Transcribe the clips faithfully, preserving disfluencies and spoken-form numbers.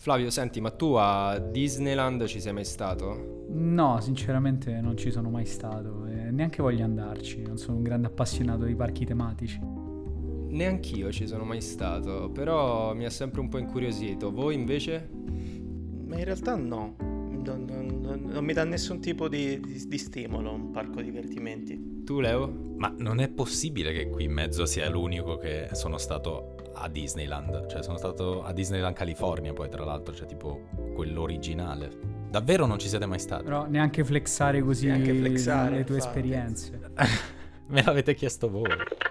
Flavio, senti, ma tu a Disneyland ci sei mai stato? No, sinceramente non ci sono mai stato e neanche voglio andarci, non sono un grande appassionato di parchi tematici. Neanch'io ci sono mai stato, però mi ha sempre un po' incuriosito. Voi invece? Ma in realtà no, non, non- non- non mi dà nessun tipo di, di- di stimolo un parco divertimenti. Tu, Leo? Ma non è possibile che qui in mezzo sia l'unico che sono stato a Disneyland. Cioè, sono stato a Disneyland California, poi tra l'altro, cioè tipo quello originale. Davvero non ci siete mai stati? Però neanche flexare così Neanche flexare, le tue infatti. esperienze. Me l'avete chiesto voi.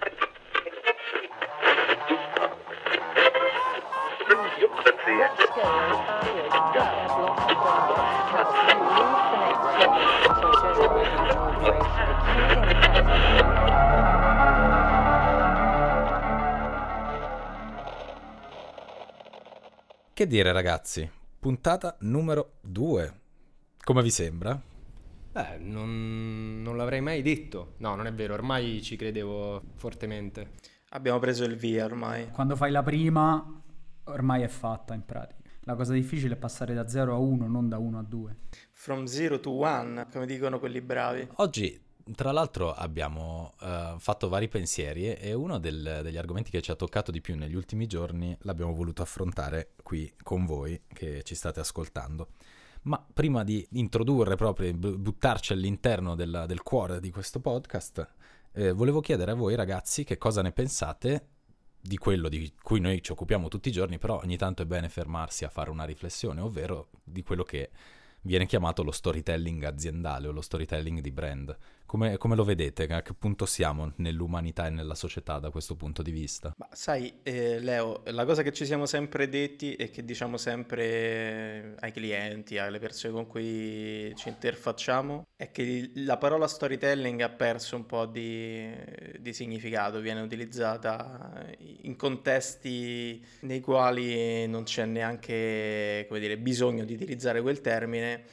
Che dire, ragazzi? Puntata numero due. Come vi sembra? Beh, non, non l'avrei mai detto. No, non è vero, ormai ci credevo fortemente. Abbiamo preso il via ormai. Quando fai la prima, ormai è fatta in pratica. La cosa difficile è passare da zero a uno, non da uno a due. From zero to one, come dicono quelli bravi. Oggi, tra l'altro, abbiamo eh, fatto vari pensieri e uno del- degli argomenti che ci ha toccato di più negli ultimi giorni l'abbiamo voluto affrontare qui con voi che ci state ascoltando. Ma prima di introdurre proprio, e bu- buttarci all'interno della- del cuore di questo podcast, eh, volevo chiedere a voi ragazzi che cosa ne pensate di quello di cui noi ci occupiamo tutti i giorni, però ogni tanto è bene fermarsi a fare una riflessione, ovvero di quello che viene chiamato lo storytelling aziendale o lo storytelling di brand. Come, come lo vedete? A che punto siamo nell'umanità e nella società da questo punto di vista? Ma sai, eh, Leo, la cosa che ci siamo sempre detti e che diciamo sempre ai clienti, alle persone con cui ci interfacciamo, è che la parola storytelling ha perso un po' di, di significato, viene utilizzata in contesti nei quali non c'è neanche, come dire, bisogno di utilizzare quel termine.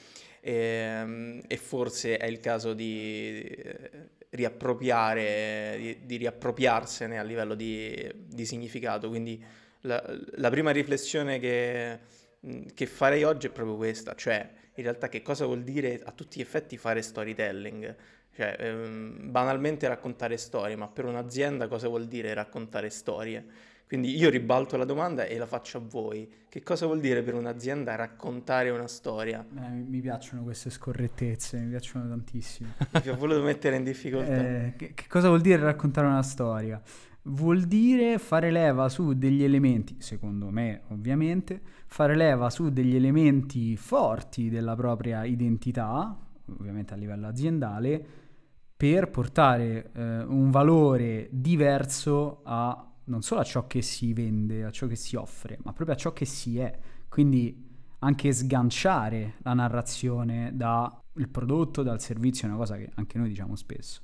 E, e forse è il caso di eh, riappropriare, di, di riappropriarsene a livello di, di significato. Quindi la, la prima riflessione che, mh, che farei oggi è proprio questa, cioè in realtà che cosa vuol dire a tutti gli effetti fare storytelling? Cioè, ehm, banalmente raccontare storie, ma per un'azienda cosa vuol dire raccontare storie? Quindi io ribalto la domanda e la faccio a voi. Che cosa vuol dire per un'azienda raccontare una storia? Eh, mi piacciono queste scorrettezze, mi piacciono tantissimo. Vi ho voluto mettere in difficoltà. Eh, che, che cosa vuol dire raccontare una storia? Vuol dire fare leva su degli elementi, secondo me ovviamente, fare leva su degli elementi forti della propria identità, ovviamente a livello aziendale, per portare eh, un valore diverso a non solo a ciò che si vende, a ciò che si offre, ma proprio a ciò che si è. Quindi anche sganciare la narrazione dal prodotto, dal servizio, è una cosa che anche noi diciamo spesso.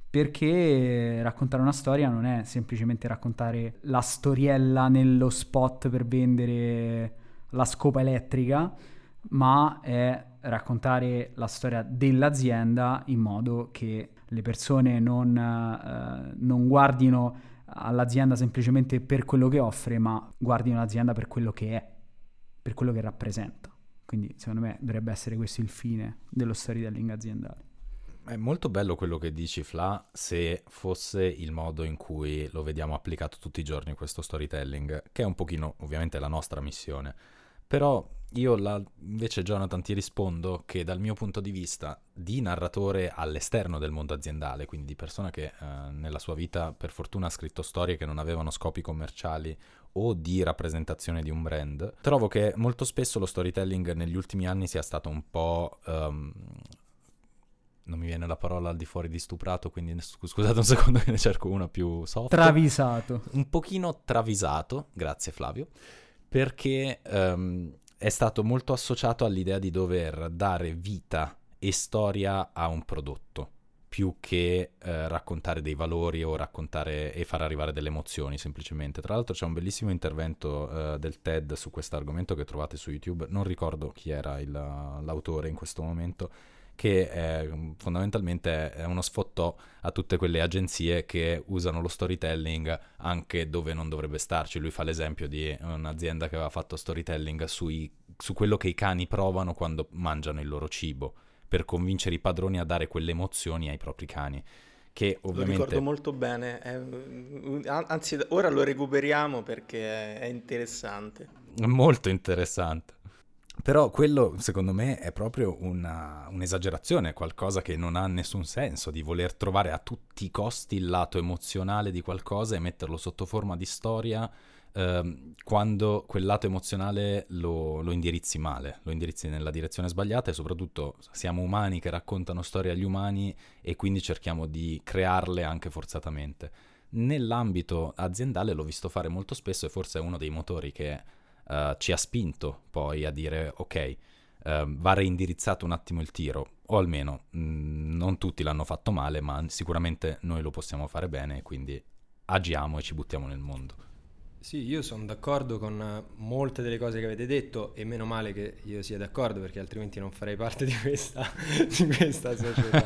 Perché raccontare una storia non è semplicemente raccontare la storiella nello spot per vendere la scopa elettrica, ma è raccontare la storia dell'azienda in modo che le persone non, eh, non guardino all'azienda semplicemente per quello che offre, ma guardino l'azienda per quello che è, per quello che rappresenta. Quindi secondo me dovrebbe essere questo il fine dello storytelling aziendale. È molto bello quello che dici, Fla, se fosse il modo in cui lo vediamo applicato tutti i giorni questo storytelling, che è un pochino ovviamente la nostra missione. Però io la, invece, Jonathan, ti rispondo che dal mio punto di vista di narratore all'esterno del mondo aziendale, quindi di persona che eh, nella sua vita per fortuna ha scritto storie che non avevano scopi commerciali o di rappresentazione di un brand, trovo che molto spesso lo storytelling negli ultimi anni sia stato un po'... Um, non mi viene la parola al di fuori di stuprato, quindi scusate un secondo che ne cerco una più soft. Travisato. Un pochino travisato, grazie Flavio, perché um, è stato molto associato all'idea di dover dare vita e storia a un prodotto, più che eh, raccontare dei valori o raccontare e far arrivare delle emozioni semplicemente. Tra l'altro c'è un bellissimo intervento eh, del TED su questo argomento che trovate su YouTube, non ricordo chi era il, l'autore in questo momento, che è, fondamentalmente è uno sfottò a tutte quelle agenzie che usano lo storytelling anche dove non dovrebbe starci. Lui fa l'esempio di un'azienda che aveva fatto storytelling sui, su quello che i cani provano quando mangiano il loro cibo, per convincere i padroni a dare quelle emozioni ai propri cani. Che ovviamente... Lo ricordo molto bene, è, anzi ora lo recuperiamo perché è interessante. Molto interessante. Però quello, secondo me, è proprio una, un'esagerazione, qualcosa che non ha nessun senso, di voler trovare a tutti i costi il lato emozionale di qualcosa e metterlo sotto forma di storia, ehm, quando quel lato emozionale lo, lo indirizzi male, lo indirizzi nella direzione sbagliata, e soprattutto siamo umani che raccontano storie agli umani e quindi cerchiamo di crearle anche forzatamente. Nell'ambito aziendale l'ho visto fare molto spesso e forse è uno dei motori che uh, ci ha spinto poi a dire ok, uh, va reindirizzato un attimo il tiro, o almeno mh, non tutti l'hanno fatto male, ma sicuramente noi lo possiamo fare bene, quindi agiamo e ci buttiamo nel mondo. Sì, io sono d'accordo con molte delle cose che avete detto, e meno male che io sia d'accordo, perché altrimenti non farei parte di questa, di questa società.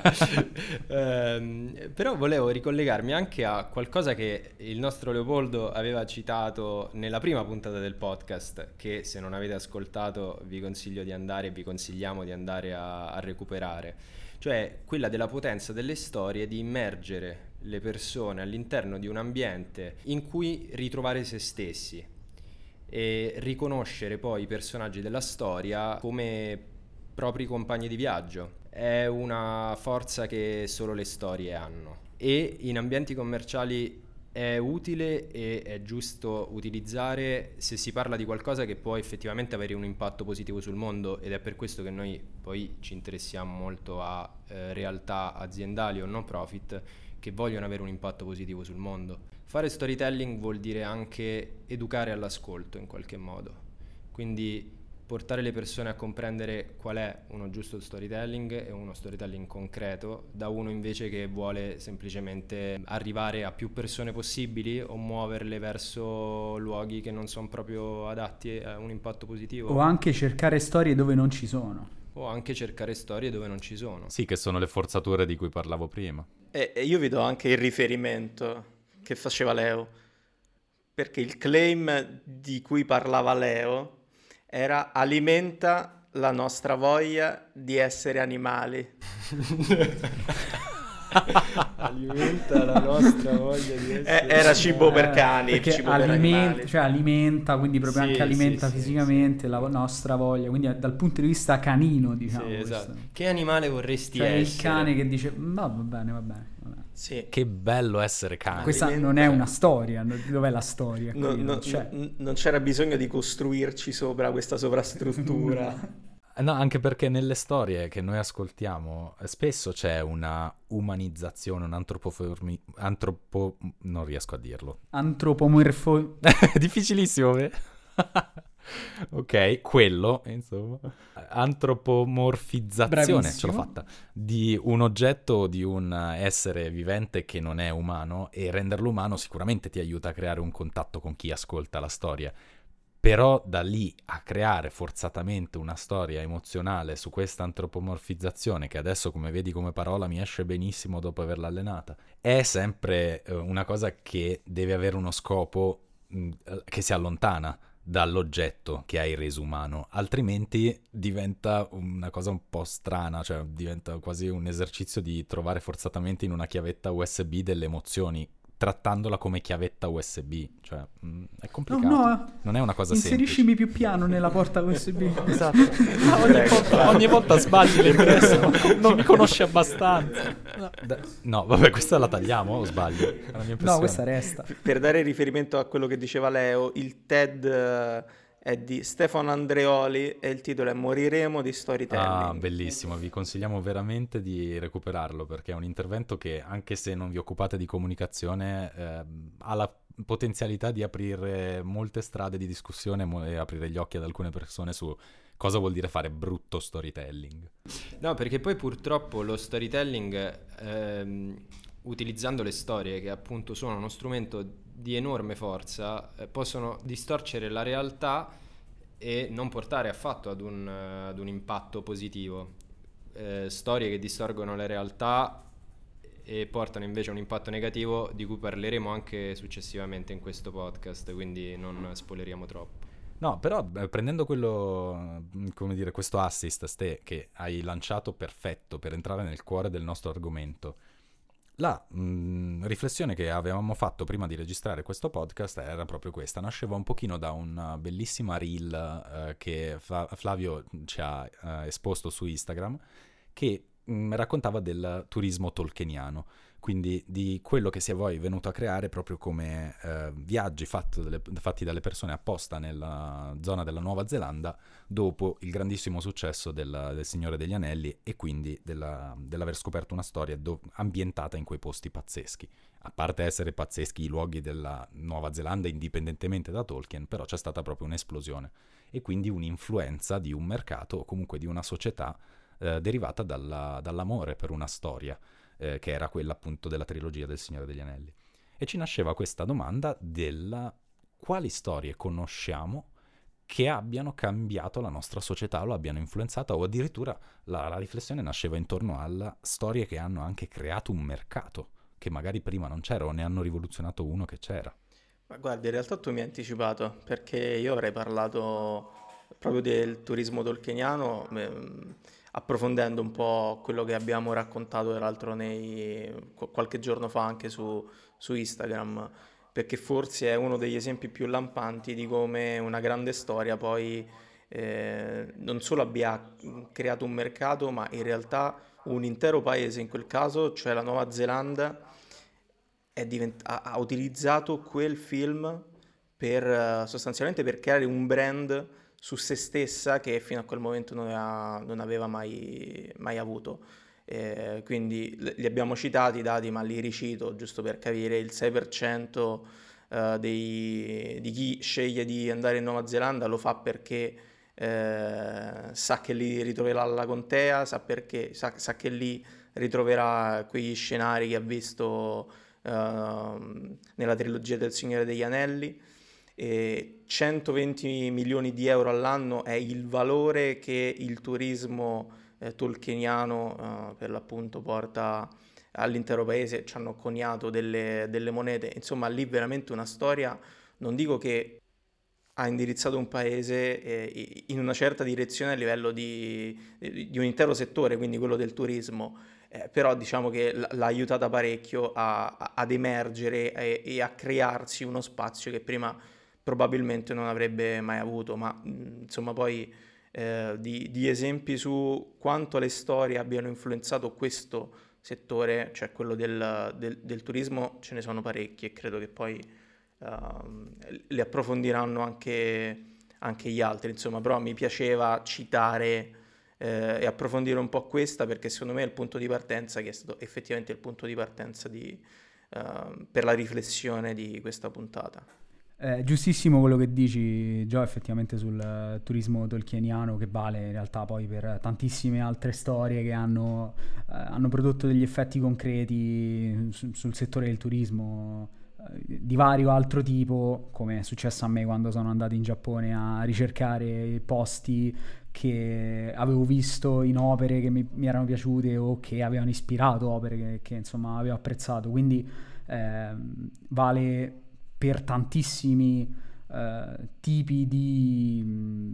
Ehm, però volevo ricollegarmi anche a qualcosa che il nostro Leopoldo aveva citato nella prima puntata del podcast, che se non avete ascoltato vi consiglio di andare, vi consigliamo di andare a, a recuperare, cioè quella della potenza delle storie di immergere le persone all'interno di un ambiente in cui ritrovare se stessi e riconoscere poi i personaggi della storia come propri compagni di viaggio. È una forza che solo le storie hanno, e in ambienti commerciali è utile e è giusto utilizzare se si parla di qualcosa che può effettivamente avere un impatto positivo sul mondo, ed è per questo che noi poi ci interessiamo molto a eh, realtà aziendali o no profit che vogliono avere un impatto positivo sul mondo. Fare storytelling vuol dire anche educare all'ascolto in qualche modo, quindi portare le persone a comprendere qual è uno giusto storytelling e uno storytelling concreto, da uno invece che vuole semplicemente arrivare a più persone possibili o muoverle verso luoghi che non sono proprio adatti a un impatto positivo. O anche cercare storie dove non ci sono. O anche cercare storie dove non ci sono. Sì, che sono le forzature di cui parlavo prima. E, e io vi do anche il riferimento che faceva Leo, perché il claim di cui parlava Leo era: alimenta la nostra voglia di essere animali. Alimenta la nostra voglia di essere... Eh, era cibo per Eh, cani, perché cibo per aliment- animali. cioè alimenta, quindi proprio Sì, anche alimenta sì, sì, fisicamente la nostra voglia, quindi dal punto di vista canino, diciamo. Sì, questo. esatto. Che animale vorresti Cioè il essere? cane che dice "Ma va bene, va bene, va bene". Sì. Che bello essere cane. Questa Alimenta- non è una storia, no- dov'è la storia? No- Qui no- non c'è. n- non c'era bisogno di costruirci sopra questa sovrastruttura. No, anche perché nelle storie che noi ascoltiamo eh, spesso c'è una umanizzazione, un antropoformi... antropo... non riesco a dirlo. Antropomorfo... È difficilissimo, vero? Ok, quello, insomma, antropomorfizzazione, Bravissimo. ce l'ho fatta, di un oggetto o di un essere vivente che non è umano, e renderlo umano sicuramente ti aiuta a creare un contatto con chi ascolta la storia. Però da lì a creare forzatamente una storia emozionale su questa antropomorfizzazione, che adesso, come vedi, come parola mi esce benissimo dopo averla allenata, è sempre eh, una cosa che deve avere uno scopo mh, che si allontana dall'oggetto che hai reso umano, altrimenti diventa una cosa un po' strana, cioè diventa quasi un esercizio di trovare forzatamente in una chiavetta U S B delle emozioni, trattandola come chiavetta U S B, cioè mh, è No, complicato, no, non è una cosa semplice. inseriscimi più piano nella porta U S B. Esatto. Ah, ogni, Prego, volta, bravo. ogni volta sbagli l'ingresso, non mi conosci abbastanza. No, da- no, vabbè, questa la tagliamo o sbaglio? È la mia impressione. No, questa resta. Per dare riferimento a quello che diceva Leo, il TED eh, è di Stefano Andreoli e il titolo è Moriremo di storytelling. Ah, bellissimo, vi consigliamo veramente di recuperarlo, perché è un intervento che, anche se non vi occupate di comunicazione, eh, ha la potenzialità di aprire molte strade di discussione mo- e aprire gli occhi ad alcune persone su cosa vuol dire fare brutto storytelling. No, perché poi purtroppo lo storytelling, ehm, utilizzando le storie, che appunto sono uno strumento di enorme forza, eh, possono distorcere la realtà e non portare affatto ad un, eh, ad un impatto positivo. eh, storie che distorgono la realtà e portano invece a un impatto negativo di cui parleremo anche successivamente in questo podcast, quindi non spoileriamo troppo. No, però eh, prendendo quello, come dire, questo assist, Ste, che hai lanciato perfetto per entrare nel cuore del nostro argomento, la mh, riflessione che avevamo fatto prima di registrare questo podcast era proprio questa. Nasceva un pochino da una bellissima reel eh, che Fa- Flavio ci ha eh, esposto su Instagram, che mh, raccontava del turismo tolkieniano, quindi di quello che si è poi venuto a creare proprio come eh, viaggi fatti dalle, fatti dalle persone apposta nella zona della Nuova Zelanda dopo il grandissimo successo del, del Signore degli Anelli e quindi della, dell'aver scoperto una storia do, ambientata in quei posti pazzeschi. A parte essere pazzeschi i luoghi della Nuova Zelanda indipendentemente da Tolkien, però c'è stata proprio un'esplosione e quindi un'influenza di un mercato o comunque di una società eh, derivata dalla, dall'amore per una storia. Eh, che era quella appunto della trilogia del Signore degli Anelli. E ci nasceva questa domanda della quali storie conosciamo che abbiano cambiato la nostra società o l'abbiano influenzata, o addirittura la, la riflessione nasceva intorno alle storie che hanno anche creato un mercato che magari prima non c'era o ne hanno rivoluzionato uno che c'era. Ma guarda, in realtà tu mi hai anticipato, perché io avrei parlato proprio del turismo tolkieniano, ehm, approfondendo un po' quello che abbiamo raccontato tra l'altro nei, qu- qualche giorno fa anche su, su Instagram, perché forse è uno degli esempi più lampanti di come una grande storia poi eh, non solo abbia creato un mercato, ma in realtà un intero paese, in quel caso, cioè la Nuova Zelanda, è divent- ha, ha utilizzato quel film per eh, sostanzialmente per creare un brand su se stessa che fino a quel momento non aveva, non aveva mai, mai avuto. Eh, quindi l- li abbiamo citati i dati, ma li ricito giusto per capire: il sei per cento eh, dei- di chi sceglie di andare in Nuova Zelanda lo fa perché eh, sa che lì ritroverà la contea, sa, perché, sa, sa che lì ritroverà quegli scenari che ha visto ehm, nella trilogia del Signore degli Anelli. E centoventi milioni di euro all'anno è il valore che il turismo eh, tolkieniano eh, per l'appunto porta all'intero paese. Ci hanno coniato delle, delle monete, insomma lì veramente una storia, non dico che ha indirizzato un paese eh, in una certa direzione a livello di, di un intero settore, quindi quello del turismo, eh, però diciamo che l- l'ha aiutata parecchio a- a- ad emergere e, e a crearsi uno spazio che prima probabilmente non avrebbe mai avuto. Ma mh, insomma poi eh, di, di esempi su quanto le storie abbiano influenzato questo settore, cioè quello del, del- del turismo, ce ne sono parecchi, e credo che poi ehm, li approfondiranno anche, anche gli altri, insomma. Però mi piaceva citare eh, e approfondire un po' questa, perché secondo me è il punto di partenza, che è stato effettivamente il punto di partenza di, ehm, per la riflessione di questa puntata. È giustissimo quello che dici, Gio, effettivamente sul eh, turismo tolkieniano, che vale in realtà poi per tantissime altre storie che hanno, eh, hanno prodotto degli effetti concreti su- sul settore del turismo eh, di vario altro tipo, come è successo a me quando sono andato in Giappone a ricercare posti che avevo visto in opere che mi, mi erano piaciute o che avevano ispirato opere che, che insomma avevo apprezzato. Quindi ehm, vale per tantissimi eh, tipi di,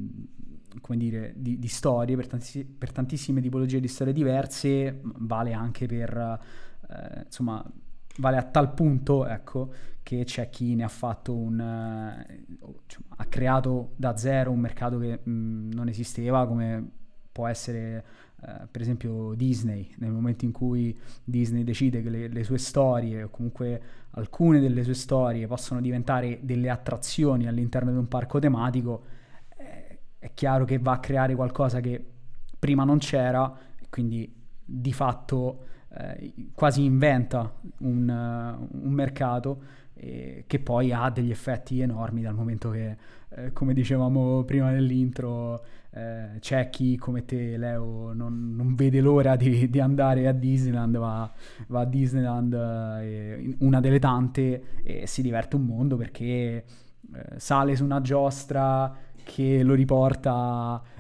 mh, come dire, di, di storie, per, tantissi- per tantissime tipologie di storie diverse, vale anche per, eh, insomma, vale a tal punto, ecco, che c'è chi ne ha fatto un, eh, cioè, ha creato da zero un mercato che mh, non esisteva, come può essere eh, per esempio Disney. Nel momento in cui Disney decide che le, le sue storie, o comunque alcune delle sue storie, possono diventare delle attrazioni all'interno di un parco tematico, eh, è chiaro che va a creare qualcosa che prima non c'era, e quindi di fatto eh, quasi inventa un, uh, un mercato eh, che poi ha degli effetti enormi, dal momento che, eh, come dicevamo prima nell'intro, eh, c'è chi come te, Leo, non, non vede l'ora di, di andare a Disneyland, va, va a Disneyland, eh, una delle tante, e si diverte un mondo, perché eh, sale su una giostra che lo riporta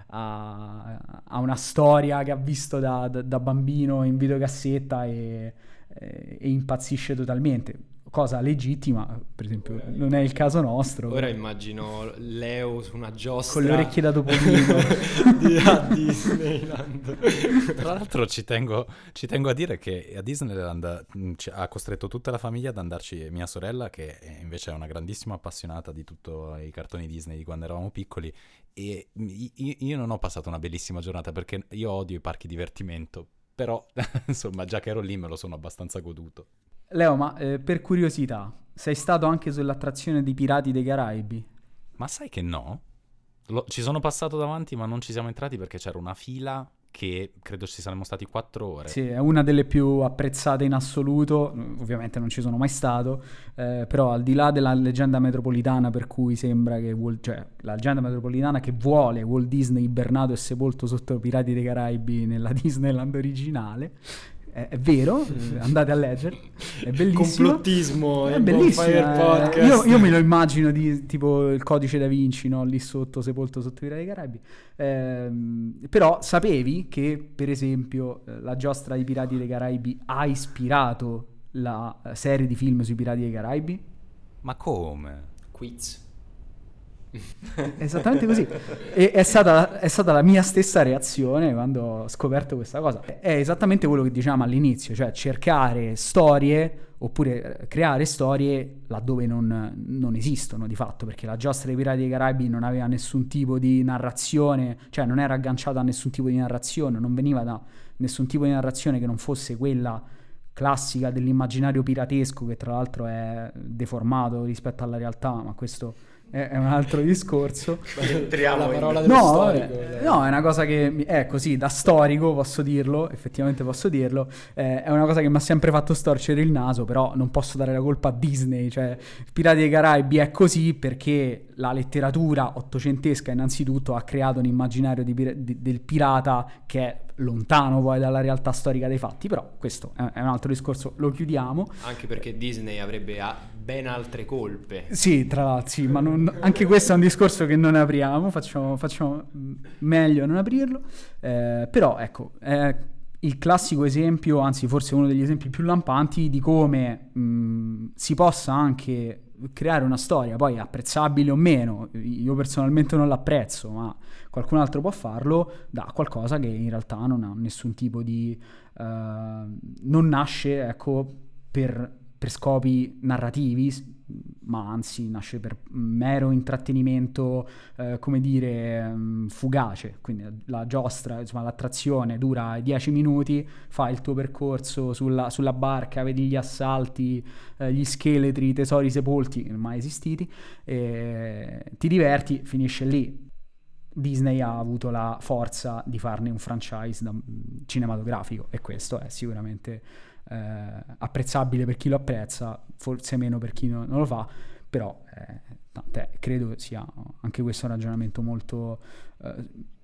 a, a una storia che ha visto da, da, da bambino in videocassetta e, e, e impazzisce totalmente. Cosa legittima, per esempio, non è il caso nostro. Ora immagino Leo su una giostra con le orecchie da topolino di, a Disneyland. Tra l'altro ci tengo, ci tengo a dire che a Disneyland mh, ci ha costretto tutta la famiglia ad andarci, mia sorella che invece è una grandissima appassionata di tutti i cartoni Disney di quando eravamo piccoli, e io, io non ho passato una bellissima giornata perché io odio i parchi divertimento, però insomma già che ero lì me lo sono abbastanza goduto. Leo, ma eh, per curiosità, sei stato anche sull'attrazione dei Pirati dei Caraibi? Ma sai che no? Lo- ci sono passato davanti ma non ci siamo entrati perché c'era una fila che credo ci saremmo stati quattro ore. Sì, è una delle più apprezzate in assoluto, ovviamente non ci sono mai stato, eh, però al di là della leggenda metropolitana per cui sembra che, Walt, cioè la leggenda metropolitana che vuole Walt Disney ibernato e sepolto sotto i Pirati dei Caraibi nella Disneyland originale, è, è vero, andate a leggere, è bellissimo. Complottismo, è e bellissimo. Bonfire Podcast. Io, io me lo immagino di tipo il codice da Vinci, no? Lì sotto, sepolto sotto i Pirati dei Caraibi. Ehm, però sapevi che, per esempio, la giostra dei Pirati dei Caraibi ha ispirato la serie di film sui Pirati dei Caraibi? Ma come? Quiz. Esattamente così. E è stata, è stata la mia stessa reazione quando ho scoperto questa cosa. È esattamente quello che dicevamo all'inizio, cioè cercare storie oppure creare storie laddove non, non esistono di fatto, perché la giostra dei Pirati dei Caraibi non aveva nessun tipo di narrazione, cioè non era agganciata a nessun tipo di narrazione, non veniva da nessun tipo di narrazione che non fosse quella classica dell'immaginario piratesco, che tra l'altro è deformato rispetto alla realtà, ma questo è un altro discorso. Entriamo la in- parola dello No, storico. vabbè, no, è una cosa che mi- è così, da storico posso dirlo, effettivamente posso dirlo, eh, è una cosa che mi ha sempre fatto storcere il naso, però non posso dare la colpa a Disney, cioè Pirati dei Caraibi è così perché la letteratura ottocentesca innanzitutto ha creato un immaginario di pir- di- del pirata che è lontano poi dalla realtà storica dei fatti, però questo è, è un altro discorso, lo chiudiamo. Anche perché Disney avrebbe a- ben altre colpe. Sì, tra l'altro, sì, ma non- anche questo è un discorso che non apriamo, facciamo, facciamo mh, meglio non aprirlo, eh, però ecco, è il classico esempio, anzi forse uno degli esempi più lampanti di come mh, si possa anche creare una storia, poi apprezzabile o meno, io personalmente non l'apprezzo, ma qualcun altro può farlo, da qualcosa che in realtà non ha nessun tipo di... eh, non nasce, ecco, per... per scopi narrativi, ma anzi nasce per mero intrattenimento, eh, come dire, mh, fugace. Quindi la giostra, insomma l'attrazione dura dieci minuti, fai il tuo percorso sulla, sulla barca, vedi gli assalti, eh, gli scheletri, i tesori sepolti, mai esistiti, e ti diverti, finisce lì. Disney ha avuto la forza di farne un franchise da, cinematografico, e questo è sicuramente eh, apprezzabile per chi lo apprezza, forse meno per chi no, non lo fa, però eh, tant'è, credo sia anche questo un ragionamento molto eh,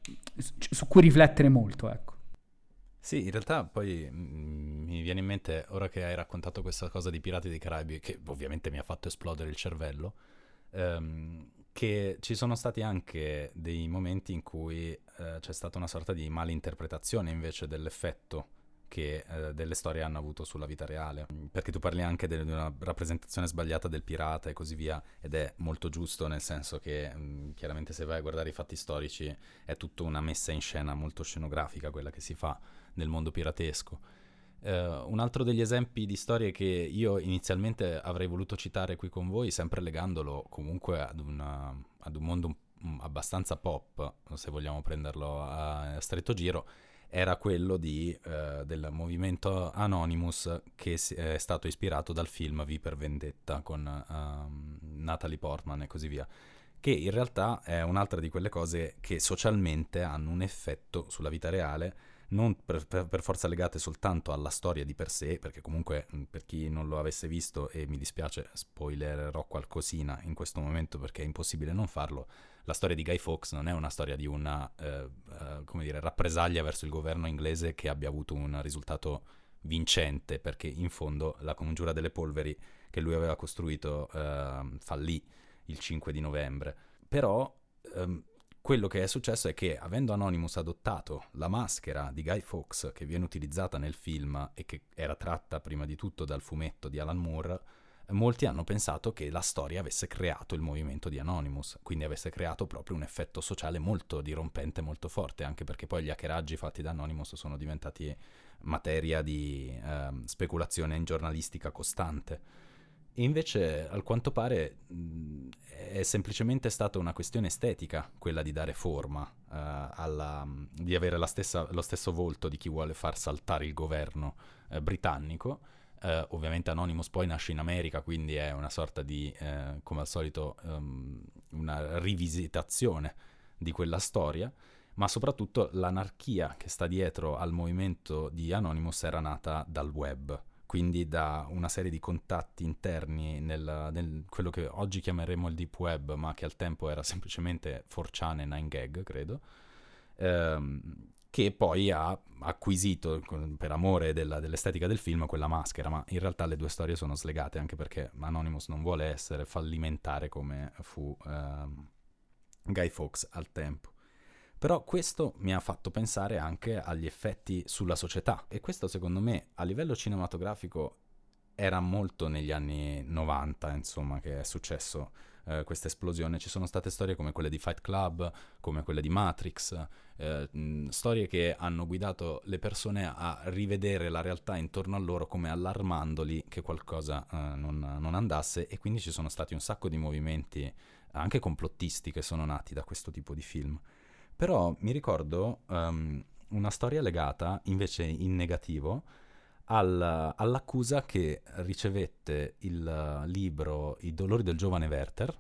su cui riflettere molto, ecco. Sì, in realtà poi mm, mi viene in mente, ora che hai raccontato questa cosa di Pirati dei Caraibi, che ovviamente mi ha fatto esplodere il cervello, ehm, che ci sono stati anche dei momenti in cui eh, c'è stata una sorta di malinterpretazione invece dell'effetto che eh, delle storie hanno avuto sulla vita reale, perché tu parli anche de- di una rappresentazione sbagliata del pirata e così via, ed è molto giusto, nel senso che mh, chiaramente se vai a guardare i fatti storici è tutta una messa in scena molto scenografica quella che si fa nel mondo piratesco. Uh, un altro degli esempi di storie che io inizialmente avrei voluto citare qui con voi, sempre legandolo comunque ad, una, ad un mondo um, abbastanza pop, se vogliamo prenderlo a, a stretto giro, era quello di, uh, del movimento Anonymous, che si, è stato ispirato dal film V per Vendetta con uh, Natalie Portman e così via, che in realtà è un'altra di quelle cose che socialmente hanno un effetto sulla vita reale, non per, per, per forza legate soltanto alla storia di per sé, perché comunque per chi non lo avesse visto, e mi dispiace spoilererò qualcosina in questo momento perché è impossibile non farlo, la storia di Guy Fawkes non è una storia di una eh, eh, come dire, rappresaglia verso il governo inglese che abbia avuto un risultato vincente, perché in fondo la congiura delle polveri che lui aveva costruito eh, fallì il cinque di novembre. Però ehm, quello che è successo è che, avendo Anonymous adottato la maschera di Guy Fawkes che viene utilizzata nel film e che era tratta prima di tutto dal fumetto di Alan Moore, molti hanno pensato che la storia avesse creato il movimento di Anonymous, quindi avesse creato proprio un effetto sociale molto dirompente, molto forte, anche perché poi gli hackeraggi fatti da Anonymous sono diventati materia di eh, speculazione in giornalistica costante. E invece, al quanto pare, mh, è semplicemente stata una questione estetica quella di dare forma, uh, alla, di avere la stessa, lo stesso volto di chi vuole far saltare il governo uh, britannico. Uh, ovviamente Anonymous poi nasce in America, quindi è una sorta di, uh, come al solito, um, una rivisitazione di quella storia, ma soprattutto l'anarchia che sta dietro al movimento di Anonymous era nata dal web, quindi da una serie di contatti interni nel, nel quello che oggi chiameremo il deep web, ma che al tempo era semplicemente four chan e nine gag, credo, ehm, che poi ha acquisito, per amore della, dell'estetica del film, quella maschera, ma in realtà le due storie sono slegate, anche perché Anonymous non vuole essere fallimentare come fu ehm, Guy Fawkes al tempo. Però questo mi ha fatto pensare anche agli effetti sulla società, e questo secondo me a livello cinematografico era molto negli anni novanta, insomma, che è successo eh, questa esplosione. Ci sono state storie come quelle di Fight Club, come quelle di Matrix, eh, mh, storie che hanno guidato le persone a rivedere la realtà intorno a loro, come allarmandoli che qualcosa eh, non, non andasse, e quindi ci sono stati un sacco di movimenti anche complottisti che sono nati da questo tipo di film. Però mi ricordo um, una storia legata invece in negativo al, all'accusa che ricevette il libro I dolori del giovane Werther,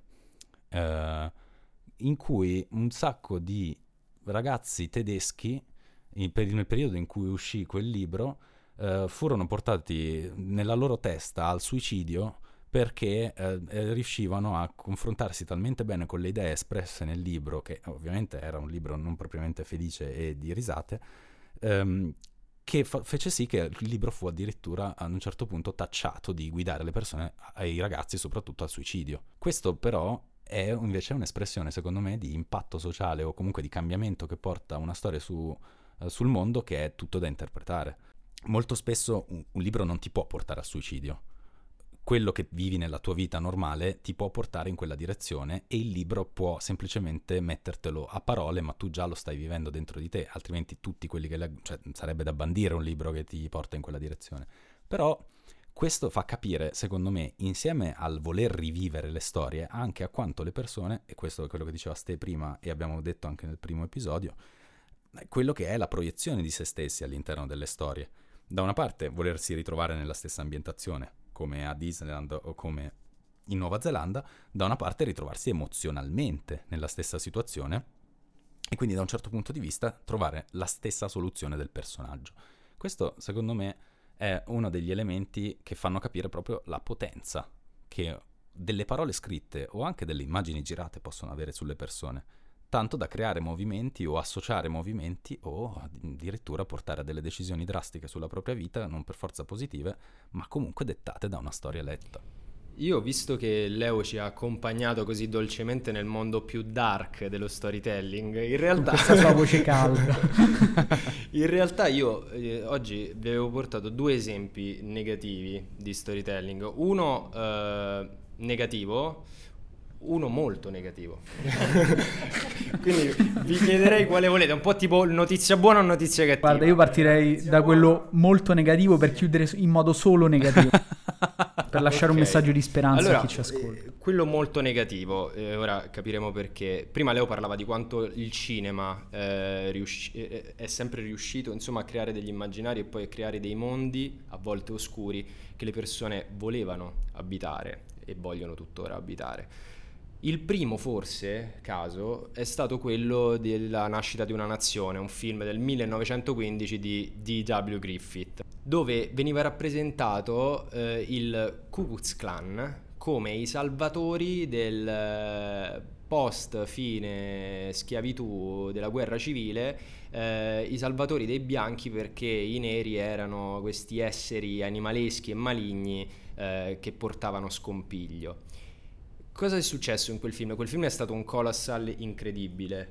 eh, in cui un sacco di ragazzi tedeschi, in, per, nel periodo in cui uscì quel libro, eh, furono portati nella loro testa al suicidio perché eh, riuscivano a confrontarsi talmente bene con le idee espresse nel libro, che ovviamente era un libro non propriamente felice e di risate, ehm, che fa- fece sì che il libro fu addirittura ad un certo punto tacciato di guidare le persone, ai ragazzi soprattutto, al suicidio. Questo però è invece un'espressione, secondo me, di impatto sociale o comunque di cambiamento che porta una storia su, uh, sul mondo, che è tutto da interpretare. Molto spesso un, un libro non ti può portare al suicidio. Quello che vivi nella tua vita normale ti può portare in quella direzione, e il libro può semplicemente mettertelo a parole, ma tu già lo stai vivendo dentro di te, altrimenti tutti quelli che leggono, cioè sarebbe da bandire un libro che ti porta in quella direzione. Però questo fa capire, secondo me, insieme al voler rivivere le storie, anche a quanto le persone, e questo è quello che diceva Ste prima e abbiamo detto anche nel primo episodio, quello che è la proiezione di se stessi all'interno delle storie. Da una parte volersi ritrovare nella stessa ambientazione, come a Disneyland o come in Nuova Zelanda, da una parte ritrovarsi emozionalmente nella stessa situazione, e quindi da un certo punto di vista trovare la stessa soluzione del personaggio. Questo, secondo me, è uno degli elementi che fanno capire proprio la potenza che delle parole scritte o anche delle immagini girate possono avere sulle persone, tanto da creare movimenti o associare movimenti o addirittura portare a delle decisioni drastiche sulla propria vita, non per forza positive, ma comunque dettate da una storia letta. Io, visto che Leo ci ha accompagnato così dolcemente nel mondo più dark dello storytelling, in realtà... Con questa sua voce calda. In realtà io eh, oggi vi avevo portato due esempi negativi di storytelling. Uno eh, negativo, uno molto negativo. Quindi vi chiederei quale volete, un po' tipo notizia buona o notizia cattiva. Guarda, io partirei da quello molto negativo per chiudere in modo solo negativo, per lasciare Ok. un messaggio di speranza Allora, a chi ci ascolta. eh, quello molto negativo, eh, ora capiremo perché. Prima Leo parlava di quanto il cinema eh, riusci- eh, è sempre riuscito, insomma, a creare degli immaginari e poi a creare dei mondi a volte oscuri che le persone volevano abitare e vogliono tuttora abitare. Il primo, forse, caso è stato quello della Nascita di una nazione, un film del millenovecentoquindici di D W Griffith, dove veniva rappresentato eh, il Ku Klux Klan come i salvatori del eh, post fine schiavitù della guerra civile, eh, i salvatori dei bianchi, perché i neri erano questi esseri animaleschi e maligni eh, che portavano scompiglio. Cosa è successo in quel film? Quel film è stato un colossal incredibile.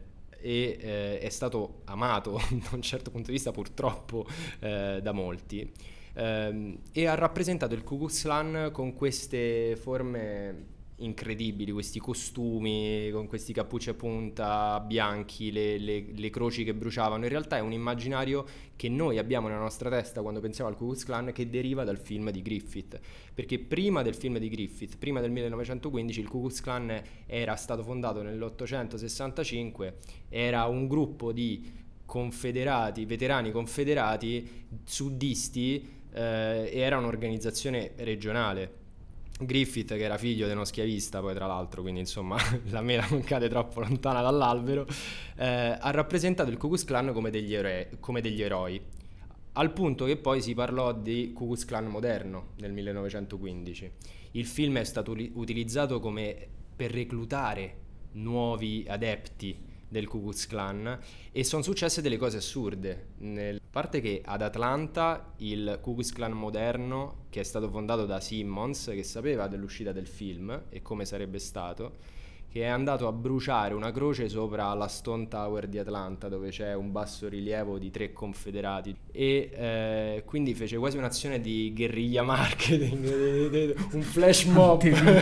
e eh, è stato amato da un certo punto di vista purtroppo eh, da molti, eh, e ha rappresentato il Ku Klux Klan con queste forme incredibili, questi costumi con questi cappucci a punta bianchi, le, le, le croci che bruciavano. In realtà è un immaginario che noi abbiamo nella nostra testa quando pensiamo al Ku Klux Klan, che deriva dal film di Griffith, perché prima del film di Griffith, prima del millenovecentoquindici, il Ku Klux Klan era stato fondato nell'ottocentosessantacinque, era un gruppo di confederati, veterani confederati suddisti, eh, e era un'organizzazione regionale. Griffith, che era figlio di uno schiavista poi tra l'altro, quindi insomma la mela non cade troppo lontana dall'albero, eh, ha rappresentato il Ku Klux Klan come degli, eroi, come degli eroi, al punto che poi si parlò di Ku Klux Klan moderno nel millenovecentoquindici. Il film è stato li- utilizzato come per reclutare nuovi adepti del Ku Klux Klan, e sono successe delle cose assurde. Nel... A parte che ad Atlanta il Ku Klux Klan moderno, che è stato fondato da Simmons, che sapeva dell'uscita del film e come sarebbe stato, che è andato a bruciare una croce sopra la Stone Tower di Atlanta, dove c'è un basso rilievo di tre confederati, e eh, quindi fece quasi un'azione di guerriglia marketing, un flash mob,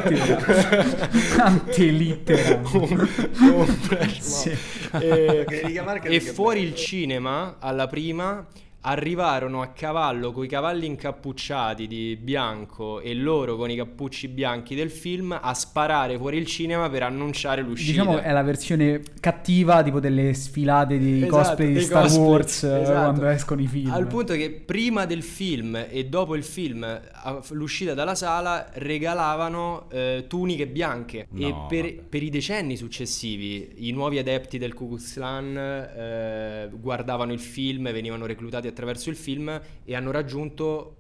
antelittera un, un flash mob. Sì. E, Guerriglia marketing e è fuori bello. il cinema, alla prima, arrivarono a cavallo coi cavalli incappucciati di bianco e loro con i cappucci bianchi del film a sparare fuori il cinema per annunciare l'uscita. Diciamo è la versione cattiva tipo delle sfilate di Esatto, cosplay di dei Star cosplay, Wars, eh, esatto. quando escono i film. Al punto che prima del film e dopo il film, a- l'uscita dalla sala, regalavano eh, tuniche bianche. No, e per, vabbè. per i decenni successivi i nuovi adepti del Ku Klux Klan eh, guardavano il film, venivano reclutati attraverso il film e hanno raggiunto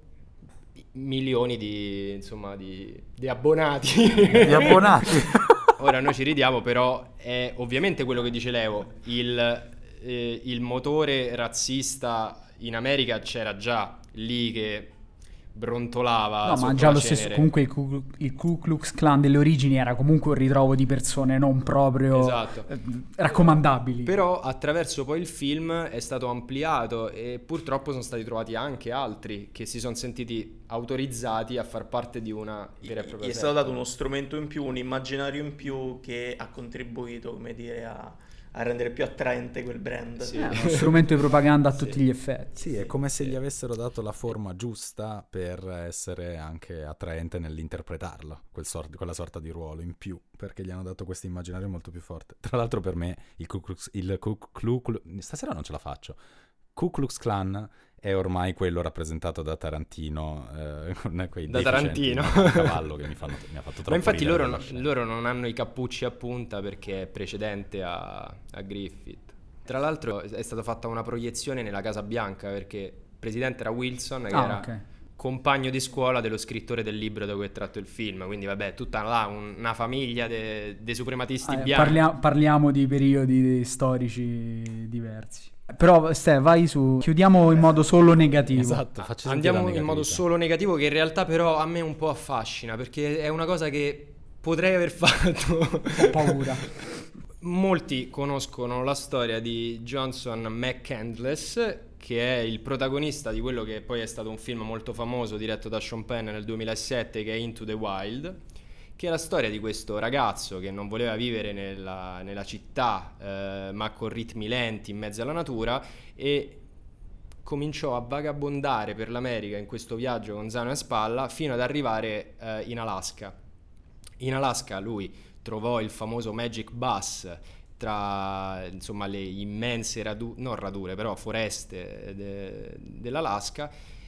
milioni di, insomma, di, di abbonati. Gli abbonati. Ora noi ci ridiamo, però è ovviamente quello che dice Leo, il, eh, il motore razzista in America c'era già lì che brontolava. No, ma sotto già la lo stesso, cenere. comunque il Ku, il Ku Klux Klan delle origini era comunque un ritrovo di persone non proprio Esatto. eh, raccomandabili. Però attraverso poi il film è stato ampliato e purtroppo sono stati trovati anche altri che si sono sentiti autorizzati a far parte di una vera e Gli propria è stato setta. dato uno strumento in più, un immaginario in più che ha contribuito, come dire, a, a rendere più attraente quel brand. Sì. È uno strumento di propaganda a Sì. tutti gli effetti. Sì, è come se gli avessero dato la forma giusta per essere anche attraente nell'interpretarlo, quel sort- quella sorta di ruolo in più, perché gli hanno dato questo immaginario molto più forte. Tra l'altro per me il Ku Klux, il Ku Klux, stasera non ce la faccio, Ku Klux Klan è ormai quello rappresentato da Tarantino, eh, con quei Da deficienti Tarantino. a cavallo che mi, fanno, mi ha fatto troppo Ma infatti ridere loro, quella no- scena. loro non hanno i cappucci a punta perché è precedente a, a Griffith. Tra l'altro è stata fatta una proiezione nella Casa Bianca perché il presidente era Wilson, che Ah, era ok. compagno di scuola dello scrittore del libro da cui è tratto il film. Quindi vabbè, tutta là un- una famiglia dei suprematisti Ah, eh, bianchi. parlia- parliamo di periodi storici diversi. Però Ste, vai su, chiudiamo in modo solo negativo. Esatto, facci sentire Andiamo la in modo negatività. solo negativo, che in realtà però a me un po' affascina perché è una cosa che potrei aver fatto. Ho paura. Molti conoscono la storia di Johnson McCandless, che è il protagonista di quello che poi è stato un film molto famoso diretto da Sean Penn nel duemilasette, che è Into the Wild, che è la storia di questo ragazzo che non voleva vivere nella, nella città, eh, ma con ritmi lenti in mezzo alla natura, e cominciò a vagabondare per l'America in questo viaggio con zaino a spalla fino ad arrivare eh, in Alaska. In Alaska lui trovò il famoso Magic Bus tra, insomma, le immense radu- non radure, però foreste de- dell'Alaska,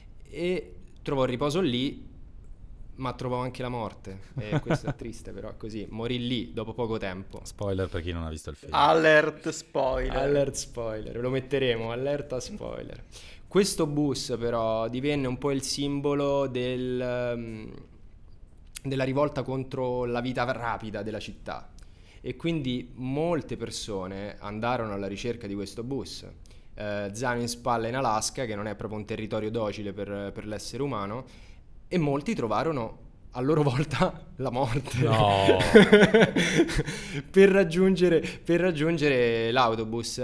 e trovò riposo lì, ma trovò anche la morte. E questo è triste, però è così. Morì lì dopo poco tempo. Spoiler per chi non ha visto il film. Alert spoiler. Alert spoiler, lo metteremo, allerta spoiler. Questo bus però divenne un po' il simbolo del, um, della rivolta contro la vita rapida della città, e quindi molte persone andarono alla ricerca di questo bus, eh, zaino in spalla in Alaska, che non è proprio un territorio docile per, per l'essere umano, e molti trovarono a loro volta la morte No. per raggiungere, per raggiungere l'autobus,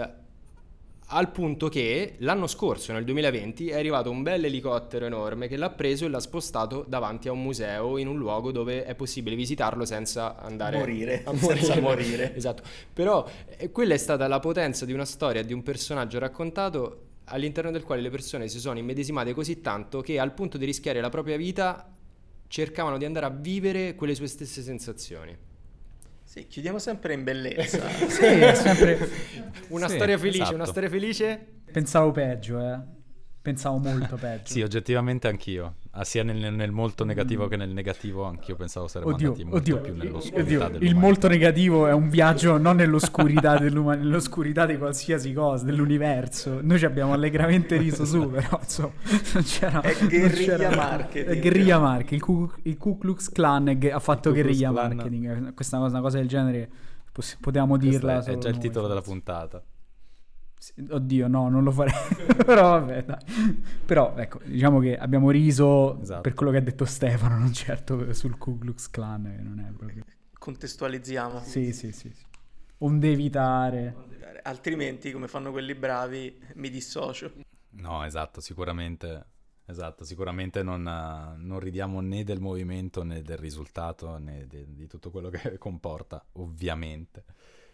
al punto che l'anno scorso, nel duemilaventi, è arrivato un bel elicottero enorme che l'ha preso e l'ha spostato davanti a un museo, in un luogo dove è possibile visitarlo senza andare Morire, a senza morire. Esatto. Però eh, quella è stata la potenza di una storia, di un personaggio raccontato all'interno del quale le persone si sono immedesimate così tanto che, al punto di rischiare la propria vita, cercavano di andare a vivere quelle sue stesse sensazioni. Sì, chiudiamo sempre in bellezza. Sì, è sempre... Una Sì, storia felice, esatto. una storia felice. Pensavo peggio, eh. Pensavo molto peggio. Sì, oggettivamente anch'io. Ah, sia nel, nel molto negativo che nel negativo, anch'io pensavo saremmo Oddio, andati molto oddio, più nell'oscurità oddio, il dell'umanità. molto negativo è un viaggio non nell'oscurità dell'umanità, nell'oscurità di qualsiasi cosa, dell'universo. Noi ci abbiamo allegramente riso su, però insomma, non c'era... È non guerriglia c'era- marketing. È guerriglia marketing. Il Ku, il Ku Klux Klan è ge- ha fatto Ku Klux guerriglia Klan. marketing. Questa cosa, una cosa del genere poss- potevamo Questo dirla è, è solo già il noi, titolo della forse. puntata. Sì, oddio, no, non lo farei. Però vabbè, dai. Però ecco, diciamo che abbiamo riso Esatto. per quello che ha detto Stefano, non certo sul Ku Klux Klan, che non è proprio... Contestualizziamo. Sì, sì, sì, sì. Onde evitare. Altrimenti, come fanno quelli bravi, mi dissocio. No, esatto, sicuramente, esatto, sicuramente non, eh, non ridiamo né del movimento né del risultato né de- di tutto quello che comporta, ovviamente.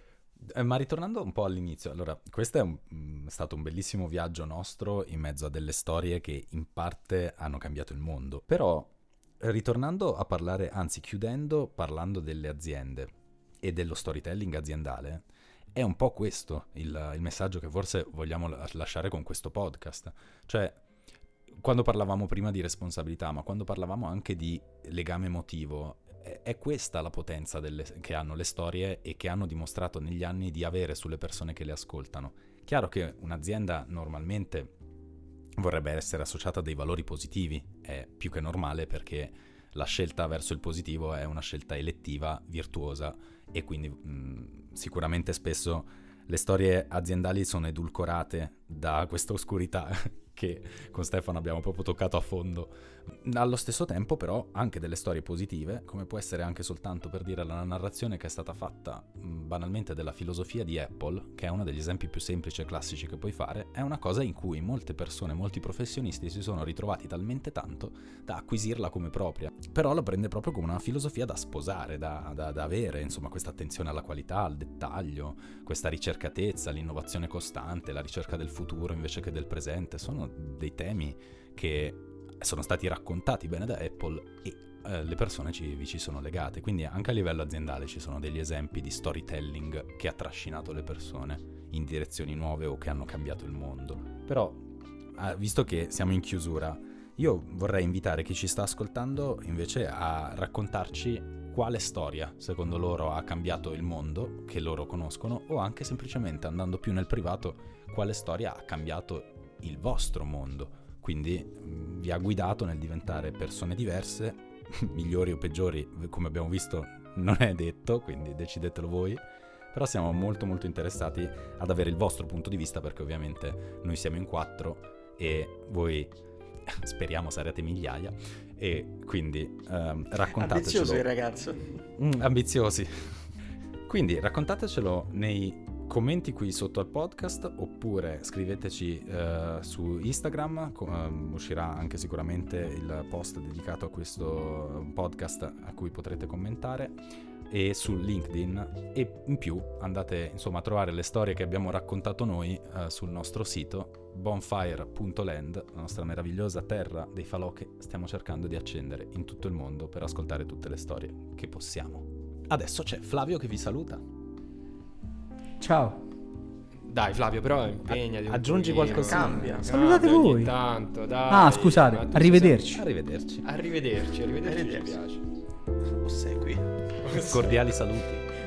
Eh, ma ritornando un po' all'inizio, allora, questo è, un- mm, è stato un bellissimo viaggio nostro in mezzo a delle storie che in parte hanno cambiato il mondo. Però, eh, ritornando a parlare, anzi chiudendo, parlando delle aziende e dello storytelling aziendale, è un po' questo il, il messaggio che forse vogliamo la- lasciare con questo podcast. Cioè, quando parlavamo prima di responsabilità, ma quando parlavamo anche di legame emotivo, è, è questa la potenza delle- che hanno le storie e che hanno dimostrato negli anni di avere sulle persone che le ascoltano. Chiaro che un'azienda normalmente vorrebbe essere associata a dei valori positivi, è più che normale perché la scelta verso il positivo è una scelta elettiva, virtuosa, e quindi mh, sicuramente spesso le storie aziendali sono edulcorate da questa oscurità che con Stefano abbiamo proprio toccato a fondo. Allo stesso tempo però anche delle storie positive, come può essere anche soltanto, per dire, la narrazione che è stata fatta mh, banalmente della filosofia di Apple, che è uno degli esempi più semplici e classici che puoi fare. È una cosa in cui molte persone, molti professionisti si sono ritrovati talmente tanto da acquisirla come propria, però la prende proprio come una filosofia da sposare, da, da, da avere, insomma, questa attenzione alla qualità, al dettaglio, questa ricercatezza, l'innovazione costante, la ricerca del futuro invece che del presente. Sono dei temi che sono stati raccontati bene da Apple e eh, le persone ci, vi ci sono legate, quindi anche a livello aziendale ci sono degli esempi di storytelling che ha trascinato le persone in direzioni nuove o che hanno cambiato il mondo. Però, eh, visto che siamo in chiusura, io vorrei invitare chi ci sta ascoltando invece a raccontarci quale storia secondo loro ha cambiato il mondo che loro conoscono, o anche semplicemente, andando più nel privato, quale storia ha cambiato il vostro mondo. Quindi mh, vi ha guidato nel diventare persone diverse, migliori o peggiori, come abbiamo visto non è detto, quindi decidetelo voi. Però siamo molto molto interessati ad avere il vostro punto di vista, perché ovviamente noi siamo in quattro e voi speriamo sarete migliaia, e quindi ehm, raccontatecelo. Ambizioso il ragazzo. Mm, ambiziosi. Quindi raccontatecelo nei commenti qui sotto al podcast, oppure scriveteci eh, su Instagram. Co- um, uscirà anche sicuramente il post dedicato a questo podcast a cui potrete commentare, e su LinkedIn. E in più andate insomma a trovare le storie che abbiamo raccontato noi eh, sul nostro sito bonfire punto land, la nostra meravigliosa terra dei falò che stiamo cercando di accendere in tutto il mondo per ascoltare tutte le storie che possiamo. Adesso c'è Flavio che vi saluta. Ciao. Dai Flavio, però impegnati un Aggiungi pochino. qualcosina. Cambia. Salutate Cambia ogni voi. tanto, dai. Ah, scusate, Ma tu arrivederci. sei Arrivederci. sempre- Arrivederci, arrivederci, ci Arrivederci. piace. Ossequi. Cordiali saluti.